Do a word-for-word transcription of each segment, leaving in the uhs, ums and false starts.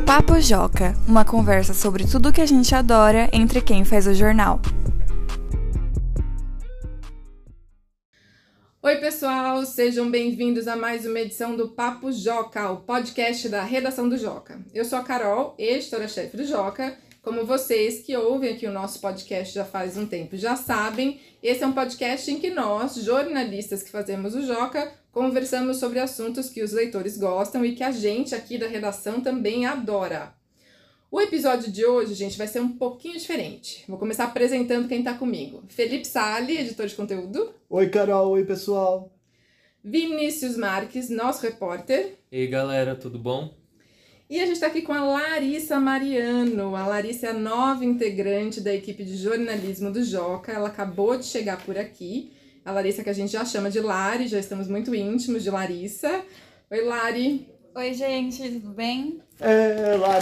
Papo Joca, uma conversa sobre tudo que a gente adora entre quem faz o jornal. Oi pessoal, sejam bem-vindos a mais uma edição do Papo Joca, o podcast da redação do Joca. Eu sou a Carol, editora-chefe do Joca. Como vocês que ouvem aqui o nosso podcast já faz um tempo já sabem, esse é um podcast em que nós, jornalistas que fazemos o Joca, conversamos sobre assuntos que os leitores gostam e que a gente aqui da redação também adora. O episódio de hoje, gente, vai ser um pouquinho diferente. Vou começar apresentando quem tá comigo. Felipe Sali, editor de conteúdo. Oi, Carol. Oi, pessoal. Vinícius Marques, nosso repórter. E aí, galera, tudo bom? E a gente tá aqui com a Larissa Mariano. A Larissa é a nova integrante da equipe de jornalismo do Joca. Ela acabou de chegar por aqui. A Larissa que a gente já chama de Lari, já estamos muito íntimos de Larissa. Oi, Lari. Oi, gente, tudo bem? É, Lari.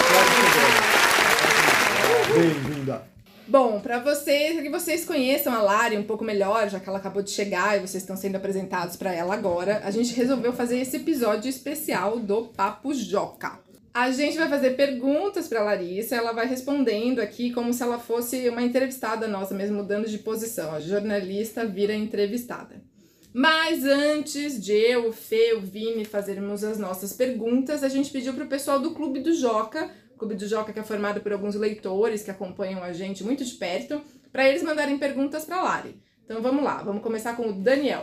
Bem-vinda. Bom, para vocês, que vocês conheçam a Lari um pouco melhor, já que ela acabou de chegar e vocês estão sendo apresentados para ela agora, a gente resolveu fazer esse episódio especial do Papo Joca. A gente vai fazer perguntas para Larissa, ela vai respondendo aqui como se ela fosse uma entrevistada nossa, mesmo mudando de posição. A jornalista vira entrevistada. Mas antes de eu, o Fê, o Vini fazermos as nossas perguntas, a gente pediu para o pessoal do Clube do Joca, o Clube do Joca que é formado por alguns leitores que acompanham a gente muito de perto, para eles mandarem perguntas para a Lari. Então vamos lá, vamos começar com o Daniel.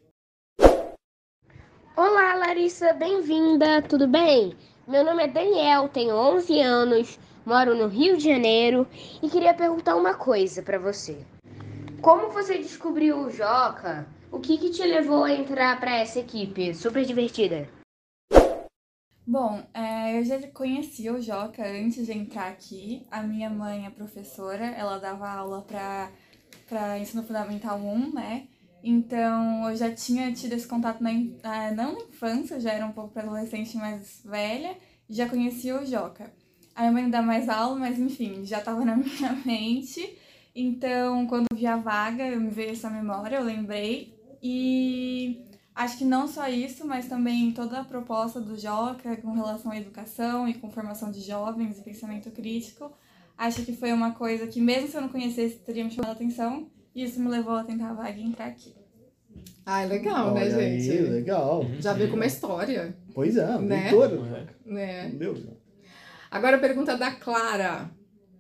Olá, Larissa, bem-vinda, tudo bem? Meu nome é Daniel, tenho onze anos, moro no Rio de Janeiro e queria perguntar uma coisa para você. Como você descobriu o Joca? O que, que te levou a entrar para essa equipe? Super divertida. Bom, é, eu já conhecia o Joca antes de entrar aqui. A minha mãe é professora, ela dava aula para para ensino fundamental um, né? Então, eu já tinha tido esse contato, na, não na infância, já era um pouco para adolescente mais velha, e já conhecia o Joca. A minha mãe não dá mais aula, mas enfim, já estava na minha mente. Então, quando eu vi a vaga, eu me veio essa memória, eu lembrei. E acho que não só isso, mas também toda a proposta do Joca com relação à educação e com formação de jovens e pensamento crítico. Acho que foi uma coisa que, mesmo se eu não conhecesse, teria me chamado a atenção. E isso me levou a tentar a vaga e entrar aqui. Ah, legal, Olha né, aí, gente? legal. Já veio com uma história. Pois é, Né? leitora. Né? Meu Deus. Agora a pergunta da Clara.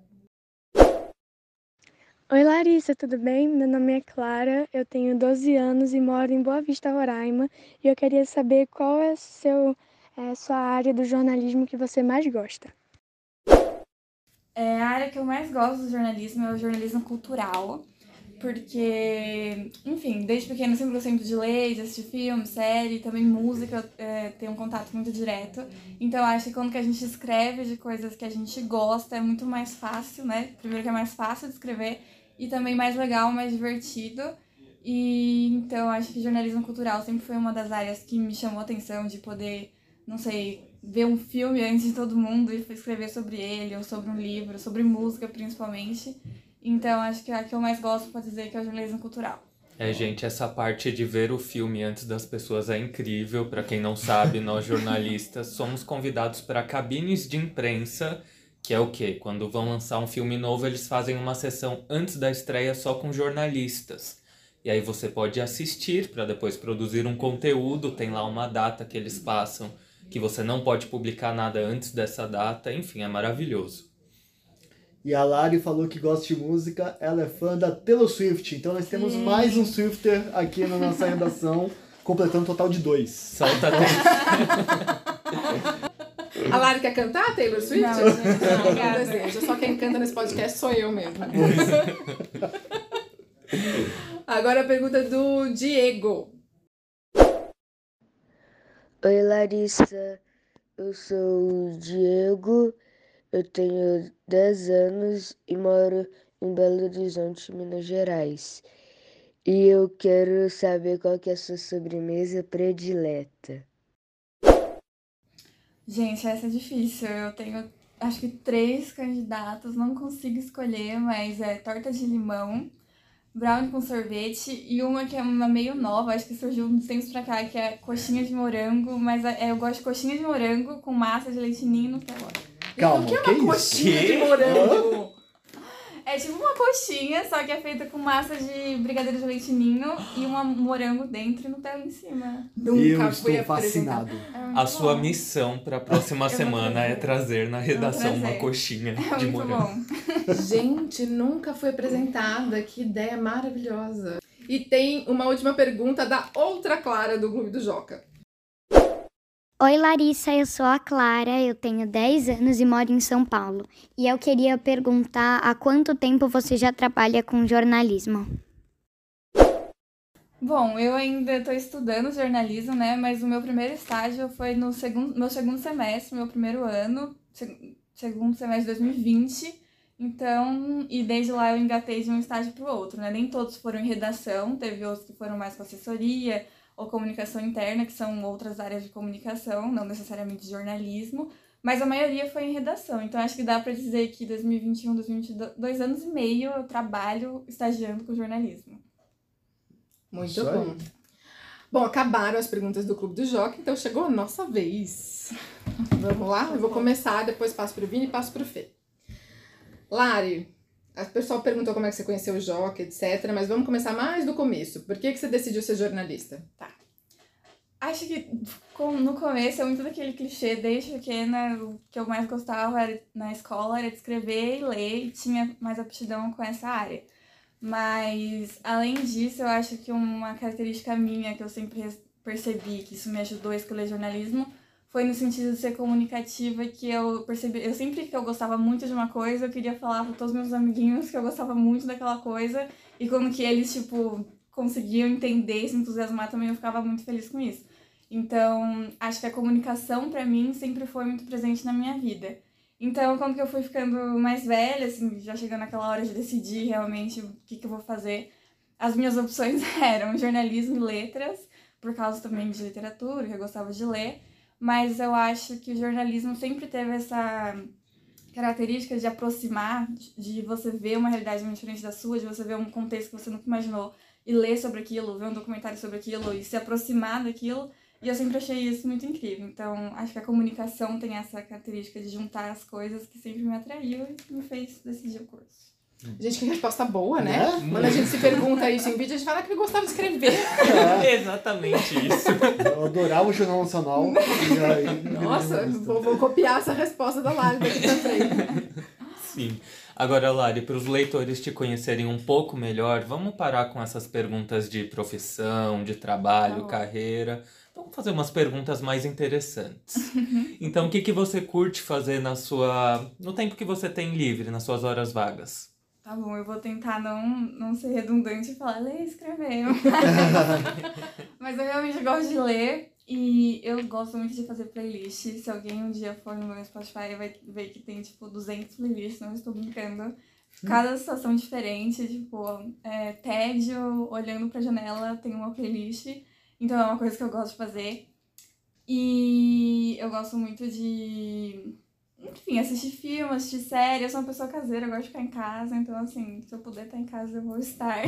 Oi, Larissa, tudo bem? Meu nome é Clara, eu tenho doze anos e moro em Boa Vista, Roraima. E eu queria saber qual é, seu, é sua área do jornalismo que você mais gosta. É, a área que eu mais gosto do jornalismo é o jornalismo cultural. Porque, enfim, desde pequena eu sempre gostei muito de ler, de assistir filme, série, também música, é, tem um contato muito direto. Então, eu acho que quando que a gente escreve de coisas que a gente gosta, é muito mais fácil, né? Primeiro que é mais fácil de escrever e também mais legal, mais divertido. E então, eu acho que jornalismo cultural sempre foi uma das áreas que me chamou a atenção de poder, não sei, ver um filme antes de todo mundo e escrever sobre ele, ou sobre um livro, sobre música principalmente. Então, acho que a que eu mais gosto pode dizer que é o jornalismo cultural. É, gente, essa parte de ver o filme antes das pessoas é incrível. Para quem não sabe, nós jornalistas somos convidados para cabines de imprensa, que é o quê? Quando vão lançar um filme novo, eles fazem uma sessão antes da estreia só com jornalistas. E aí você pode assistir para depois produzir um conteúdo, tem lá uma data que eles passam, que você não pode publicar nada antes dessa data, enfim, é maravilhoso. E a Lari falou que gosta de música, ela é fã da Taylor Swift. Então nós temos Sim. mais um Swifter aqui na nossa redação, completando um total de dois. Solta atenção. A Lari quer cantar, Taylor Swift? Não, gente, não, não obrigada. deseja. Só quem canta nesse podcast sou eu mesmo. Agora a pergunta do Diego. Oi, Larissa, eu sou o Diego, eu tenho dez anos e moro em Belo Horizonte, Minas Gerais. E eu quero saber qual que é a sua sobremesa predileta. Gente, essa é difícil. Eu tenho, acho que três candidatos, não consigo escolher, mas é torta de limão, brownie com sorvete, e uma que é uma meio nova, acho que surgiu uns tempos pra cá, que é coxinha de morango, mas é, eu gosto de coxinha de morango com massa de leite ninho e Nutella. Calma, o que é que uma isso? coxinha Que? de morango? É tipo uma coxinha, só que é feita com massa de brigadeiro de leite ninho e um morango dentro e Nutella em cima. Nunca Eu fui estou apresentado. fascinado. É muito A sua bom. missão para a próxima Eu vou semana é trazer. trazer na redação uma trazer. coxinha É de muito morango. bom. Gente, nunca fui apresentada. Que ideia maravilhosa. E tem uma última pergunta da outra Clara do Clube do Joca. Oi Larissa, eu sou a Clara, eu tenho dez anos e moro em São Paulo. E eu queria perguntar há quanto tempo você já trabalha com jornalismo? Bom, eu ainda estou estudando jornalismo, né? Mas o meu primeiro estágio foi no segundo, meu segundo semestre, meu primeiro ano, seg- segundo semestre de dois mil e vinte. Então, e desde lá eu engatei de um estágio para o outro, né? Nem todos foram em redação, teve outros que foram mais com assessoria ou comunicação interna, que são outras áreas de comunicação, não necessariamente jornalismo, mas a maioria foi em redação. Então, acho que dá para dizer que dois mil e vinte e um, dois mil e vinte e dois, dois anos e meio eu trabalho estagiando com jornalismo. Muito Isso aí. bom. Bom, acabaram as perguntas do Clube do Joca, então chegou a nossa vez. Vamos lá? Eu vou começar, depois passo pro Vini e passo pro Fê. Lari, a pessoa perguntou como é que você conheceu o Joca, etcétera. Mas vamos começar mais do começo. Por que que você decidiu ser jornalista? Acho que com- no começo é muito daquele clichê, desde pequena, o que eu mais gostava era, na escola era de escrever e ler, e tinha mais aptidão com essa área. Mas, além disso, eu acho que uma característica minha que eu sempre res- percebi, que isso me ajudou a escolher jornalismo, foi no sentido de ser comunicativa, que eu percebi, eu sempre que eu gostava muito de uma coisa, eu queria falar para todos os meus amiguinhos que eu gostava muito daquela coisa, e como que eles, tipo, conseguiam entender e se entusiasmar também, eu ficava muito feliz com isso. Então, acho que a comunicação, pra mim, sempre foi muito presente na minha vida. Então, quando que eu fui ficando mais velha, assim, já chegando naquela hora de decidir realmente o que que eu vou fazer, as minhas opções eram jornalismo e letras, por causa também de literatura, que eu gostava de ler, mas eu acho que o jornalismo sempre teve essa característica de aproximar, de de você ver uma realidade muito diferente da sua, de você ver um contexto que você nunca imaginou e ler sobre aquilo, ver um documentário sobre aquilo e se aproximar daquilo. E eu sempre achei isso muito incrível. Então, acho que a comunicação tem essa característica de juntar as coisas que sempre me atraiu e me fez decidir o curso. Gente, que resposta boa, né? Né? Quando a gente se pergunta isso em vídeo, a gente fala que gostava de escrever. Exatamente isso. Eu adorava o Jornal Nacional. E aí, Nossa, vou, vou copiar essa resposta da Lari daqui pra frente. Sim. Agora, Lari, para os leitores te conhecerem um pouco melhor, vamos parar com essas perguntas de profissão, de trabalho, Tá. carreira. Vamos fazer umas perguntas mais interessantes. Então, o que que você curte fazer na sua, no tempo que você tem livre, nas suas horas vagas? Tá bom, eu vou tentar não, não ser redundante e falar ler e escrever. Mas eu realmente gosto de ler e eu gosto muito de fazer playlist. Se alguém um dia for no meu Spotify, vai ver que tem, tipo, duzentas playlists, não estou brincando. Cada situação diferente, tipo, é, tédio, olhando pra janela, tem uma playlist. Então é uma coisa que eu gosto de fazer. E eu gosto muito de, enfim, assistir filme, assistir série. Eu sou uma pessoa caseira, eu gosto de ficar em casa. Então, assim, se eu puder estar em casa, eu vou estar.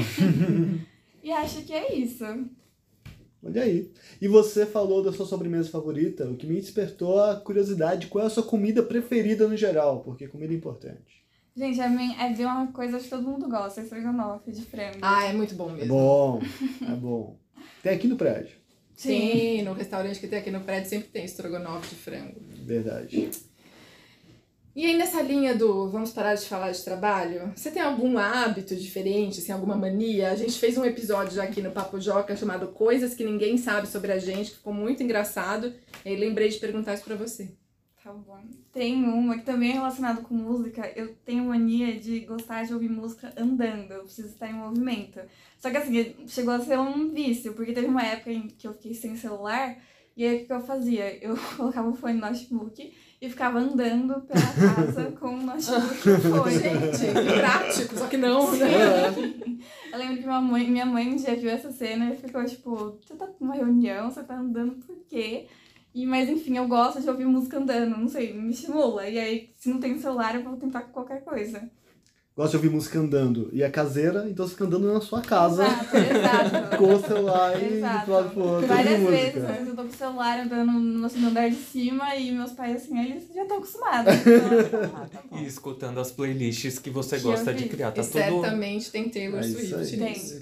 E acho que é isso. Olha aí. E você falou da sua sobremesa favorita, o que me despertou a curiosidade, qual é a sua comida preferida no geral, porque comida é importante. Gente, a minha, é ver uma coisa que todo mundo gosta, estrogonofe de frango. Ah, é muito bom É mesmo. bom, é bom. Tem aqui no prédio, Sim, no restaurante que tem aqui no prédio sempre tem estrogonofe de frango. verdade. E aí nessa linha do vamos parar de falar de trabalho, você tem algum hábito diferente, assim, alguma mania? A gente fez um episódio já aqui no Papo Joca chamado Coisas que Ninguém Sabe Sobre a Gente, que ficou muito engraçado. E aí lembrei de perguntar isso pra você. Tá bom. Tem uma que também é relacionada com música. Eu tenho mania de gostar de ouvir música andando. Eu preciso estar em movimento. Só que assim, chegou a ser um vício, porque teve uma época em que eu fiquei sem celular. E aí o que eu fazia? Eu colocava o fone no notebook e ficava andando pela casa com o notebook e o fone. Gente, que prático, só que não, né? Eu lembro que minha mãe, minha mãe um dia viu essa cena e ficou tipo, você tá numa reunião, você tá andando por quê? E, mas enfim, eu gosto de ouvir música andando, não sei, me estimula. E aí, se não tem celular, eu vou tentar com qualquer coisa. gosta de ouvir música andando e é caseira, então você fica andando na sua casa. Exato, exato. Com o celular e Exato. do lado pro outro. Várias música. vezes, às vezes eu tô com o celular andando no assim, no andar de cima e meus pais, assim, eles já estão acostumados. Então, ah, tá bom. E escutando as playlists que você Que gosta eu de vi. criar. Tá E tudo... certamente tem Taylor É isso Swift aí. Tem, nisso.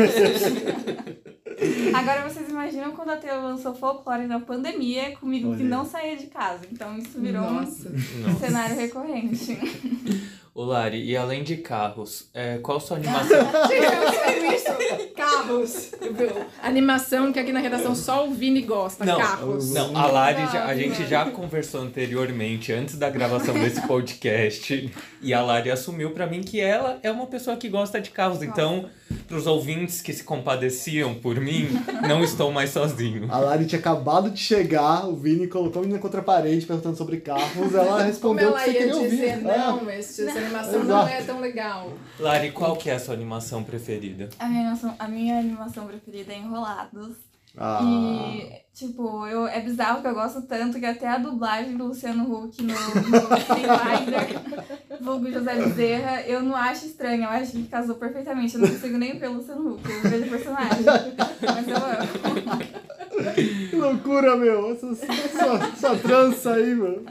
tem. Agora vocês imaginam quando a Taylor lançou Folklore na pandemia, comigo Olha que aí. não saía de casa. Então isso virou Nossa. um Não. cenário recorrente. Ô Lari, e além de carros, é, qual sua animação? Gente, eu escrevo isso. Carros. Animação que aqui na redação só o Vini gosta. Não, Carros. Não, a Lari, já, a Não, gente não. já conversou anteriormente, antes da gravação desse podcast, e a Lari assumiu pra mim que ela é uma pessoa que gosta de carros. Então, pros ouvintes que se compadeciam por mim, não estou mais sozinho. A Lari tinha acabado de chegar, o Vini colocou a menina contra a parede perguntando sobre carros, ela Como respondeu ela o que você ia queria dizer, ouvir. não, essa animação não é tão legal. Lari, qual que é a sua animação preferida? A minha animação, a minha animação preferida é Enrolados. Ah, E, tipo, eu, é bizarro que eu gosto tanto que até a dublagem do Luciano Huck no, no Street Fighter, vulgo José Bezerra, eu não acho estranho, eu acho que casou perfeitamente. Eu não consigo nem ver o Luciano Huck, eu vejo o personagem. Mas eu amo. que loucura, meu! Essa, essa, essa trança aí, meu.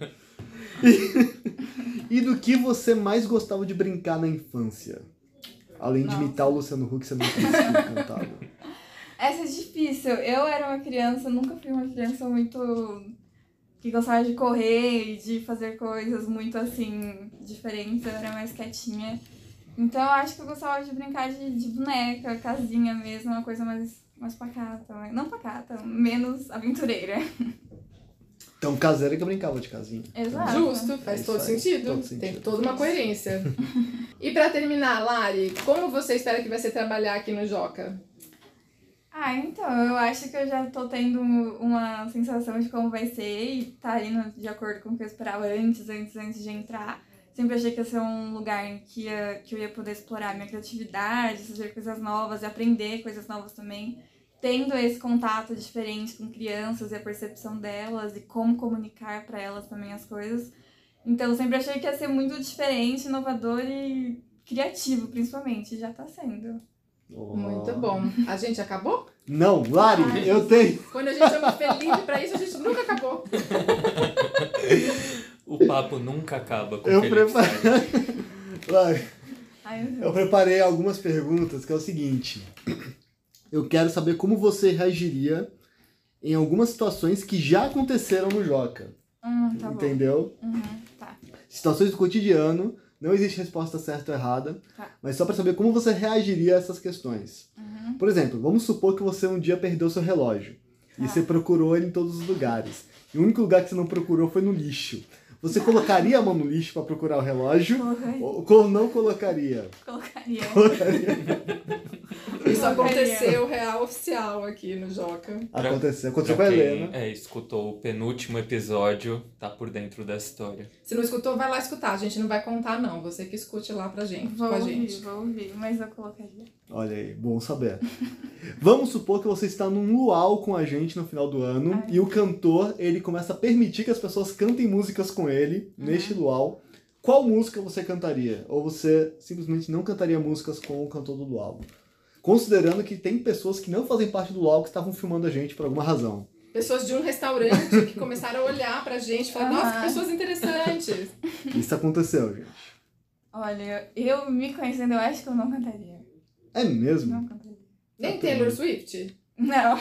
E, e do que você mais gostava de brincar na infância? Além de Nossa. imitar o Luciano Huck, você não conseguia cantar. Essa é difícil. Eu era uma criança, nunca fui uma criança muito que gostava de correr e de fazer coisas muito assim diferentes. Eu era mais quietinha. Então eu acho que eu gostava de brincar de, de boneca, casinha mesmo, uma coisa mais, mais pacata. Não pacata, menos aventureira. Então, caseira que eu brincava de casinha. Exato. Justo, faz É todo isso aí, sentido. todo sentido. Tem toda uma coerência. E pra terminar, Lari, como você espera que vai ser trabalhar aqui no Joca? Ah, então, eu acho que eu já tô tendo uma sensação de como vai ser e tá indo de acordo com o que eu esperava antes, antes, antes de entrar. Sempre achei que ia ser um lugar em que, ia, que eu ia poder explorar minha criatividade, fazer coisas novas e aprender coisas novas também. Tendo esse contato diferente com crianças e a percepção delas e como comunicar para elas também as coisas. Então, eu sempre achei que ia ser muito diferente, inovador e criativo, principalmente. E já tá sendo. Oh. Muito bom. A gente acabou? Não, Lari, Ai. eu tenho. Quando a gente chama Felipe pra isso, a gente nunca acabou. O papo nunca acaba com Eu Felipe preparei. Salles. Lari, Ai, meu Deus. eu preparei algumas perguntas que é o seguinte. Eu quero saber como você reagiria em algumas situações que já aconteceram no Joca. Hum, tá bom. Entendeu? Uhum, tá. Situações do cotidiano, não existe resposta certa ou errada, Tá. mas só para saber como você reagiria a essas questões. Uhum. Por exemplo, vamos supor que você um dia perdeu seu relógio e Tá. você procurou ele em todos os lugares. E o único lugar que você não procurou foi no lixo. Você colocaria a mão no lixo para procurar o relógio Colocaria. ou ou não colocaria? Colocaria. Isso Colocaria. aconteceu real oficial aqui no Joca. Aconteceu, aconteceu com Pra a quem Helena. é, escutou o penúltimo episódio, tá por dentro da história. Se não escutou, vai lá escutar. A gente não vai contar, não. Você que escute lá pra gente, Vou com a ouvir, gente. vou ouvir, mas eu colocaria. Olha aí, bom saber. Vamos supor que você está num luau com a gente no final do ano Ai. e o cantor, ele começa a permitir que as pessoas cantem músicas com ele neste luau. Qual música você cantaria? Ou você simplesmente não cantaria músicas com o cantor do luau? Considerando que tem pessoas que não fazem parte do luau que estavam filmando a gente por alguma razão. Pessoas de um restaurante que começaram a olhar pra gente e falaram, nossa, que Aham. pessoas interessantes. Isso aconteceu, gente. Olha, eu me conhecendo, eu acho que eu não cantaria. É mesmo? Não cantaria. Nem Taylor Swift? Não.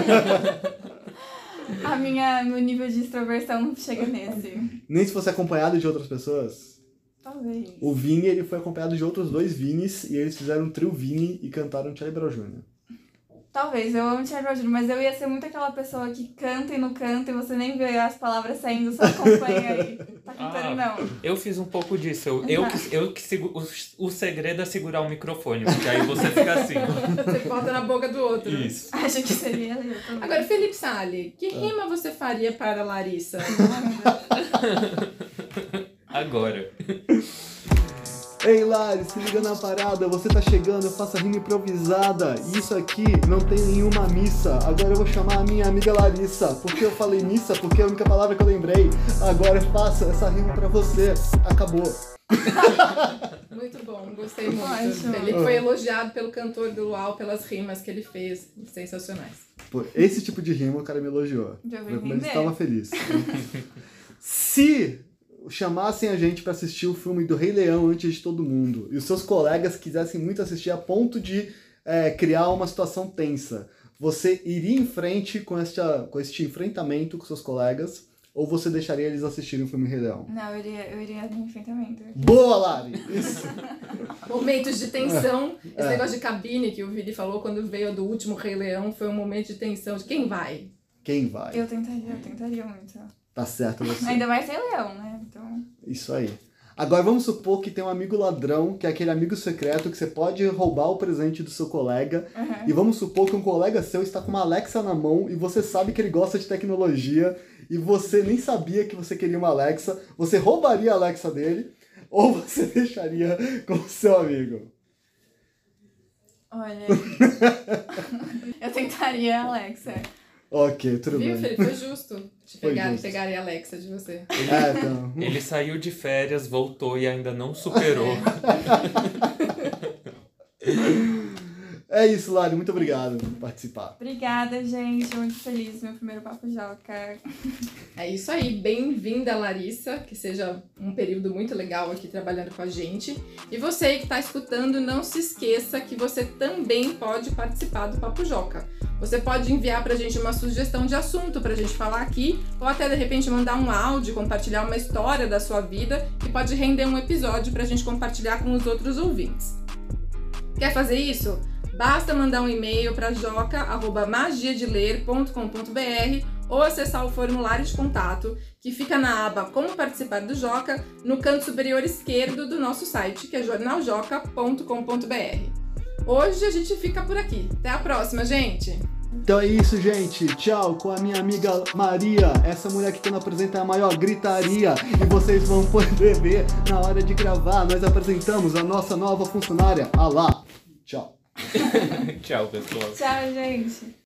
A minha, meu nível de extroversão não chega nesse. Nem se fosse acompanhado de outras pessoas? Talvez. O Vini, ele foi acompanhado de outros dois Vinis e eles fizeram um trio Vini e cantaram Charlie Brown júnior Talvez, eu amo Charlie Brown júnior, mas eu ia ser muito aquela pessoa que canta e não canta e você nem vê as palavras saindo, só acompanha aí. Tá cantando, Ah. não. Eu fiz um pouco disso. Eu, eu, que, eu que sigo. O, o segredo é segurar o microfone, porque aí você fica assim. Você bota na boca do outro. Isso. Acho que seria eu também. Agora, Felipe Salles, que rima você faria para Larissa? Agora. Ei, Lari, se liga na parada, você tá chegando, eu faço a rima improvisada. E isso aqui não tem nenhuma missa. Agora eu vou chamar a minha amiga Larissa. Por que eu falei missa? Porque é a única palavra que eu lembrei. Agora eu faço essa rima pra você. Acabou. Muito bom, gostei muito. Ótimo. Ele foi elogiado pelo cantor do Luau pelas rimas que ele fez, sensacionais. Pô, esse tipo de rima o cara me elogiou. Já vou Foi como ele entender. estava feliz. Se chamassem a gente para assistir o filme do Rei Leão antes de todo mundo e os seus colegas quisessem muito assistir a ponto de é, criar uma situação tensa, você iria em frente com, esta, com este enfrentamento com seus colegas ou você deixaria eles assistirem o filme Rei Leão? Não, eu iria, eu iria no enfrentamento. Boa, Lari! Isso. Momentos de tensão. Esse É. negócio de cabine que o Vili falou quando veio do último Rei Leão foi um momento de tensão de quem vai. Quem vai? Eu tentaria, eu tentaria muito. Tá certo você. Ainda mais ser leão, né? Então. Isso aí. Agora vamos supor que tem um amigo ladrão, que é aquele amigo secreto que você pode roubar o presente do seu colega. Uhum. E vamos supor que um colega seu está com uma Alexa na mão e você sabe que ele gosta de tecnologia e você nem sabia que você queria uma Alexa. Você roubaria a Alexa dele ou você deixaria com o seu amigo? Olha. Eu tentaria a Alexa. Ok, tudo Viu, bem. Felipe? Foi justo te Foi pegar, justo. pegarem a Alexa de você. É, então. Ele saiu de férias, voltou e ainda não superou. É isso, Lari. Muito obrigado por participar. Obrigada, gente. Muito feliz. Meu primeiro Papo Joca. É isso aí, bem-vinda, Larissa, que seja um período muito legal aqui trabalhando com a gente. E você aí que está escutando, não se esqueça que você também pode participar do Papo Joca. Você pode enviar pra gente uma sugestão de assunto pra gente falar aqui, ou até de repente mandar um áudio, compartilhar uma história da sua vida, que pode render um episódio pra gente compartilhar com os outros ouvintes. Quer fazer isso? Basta mandar um e-mail para joca arroba magia de ler ponto com ponto b r ou acessar o formulário de contato que fica na aba Como Participar do Joca, no canto superior esquerdo do nosso site, que é jornal joca ponto com ponto b r. Hoje a gente fica por aqui. Até a próxima, gente! Então é isso, gente. Tchau com a minha amiga Maria. Essa mulher que quando apresenta é a maior gritaria. E vocês vão poder ver na hora de gravar. Nós apresentamos a nossa nova funcionária, a Lá. Tchau. Tchau, pessoal. Tchau, gente.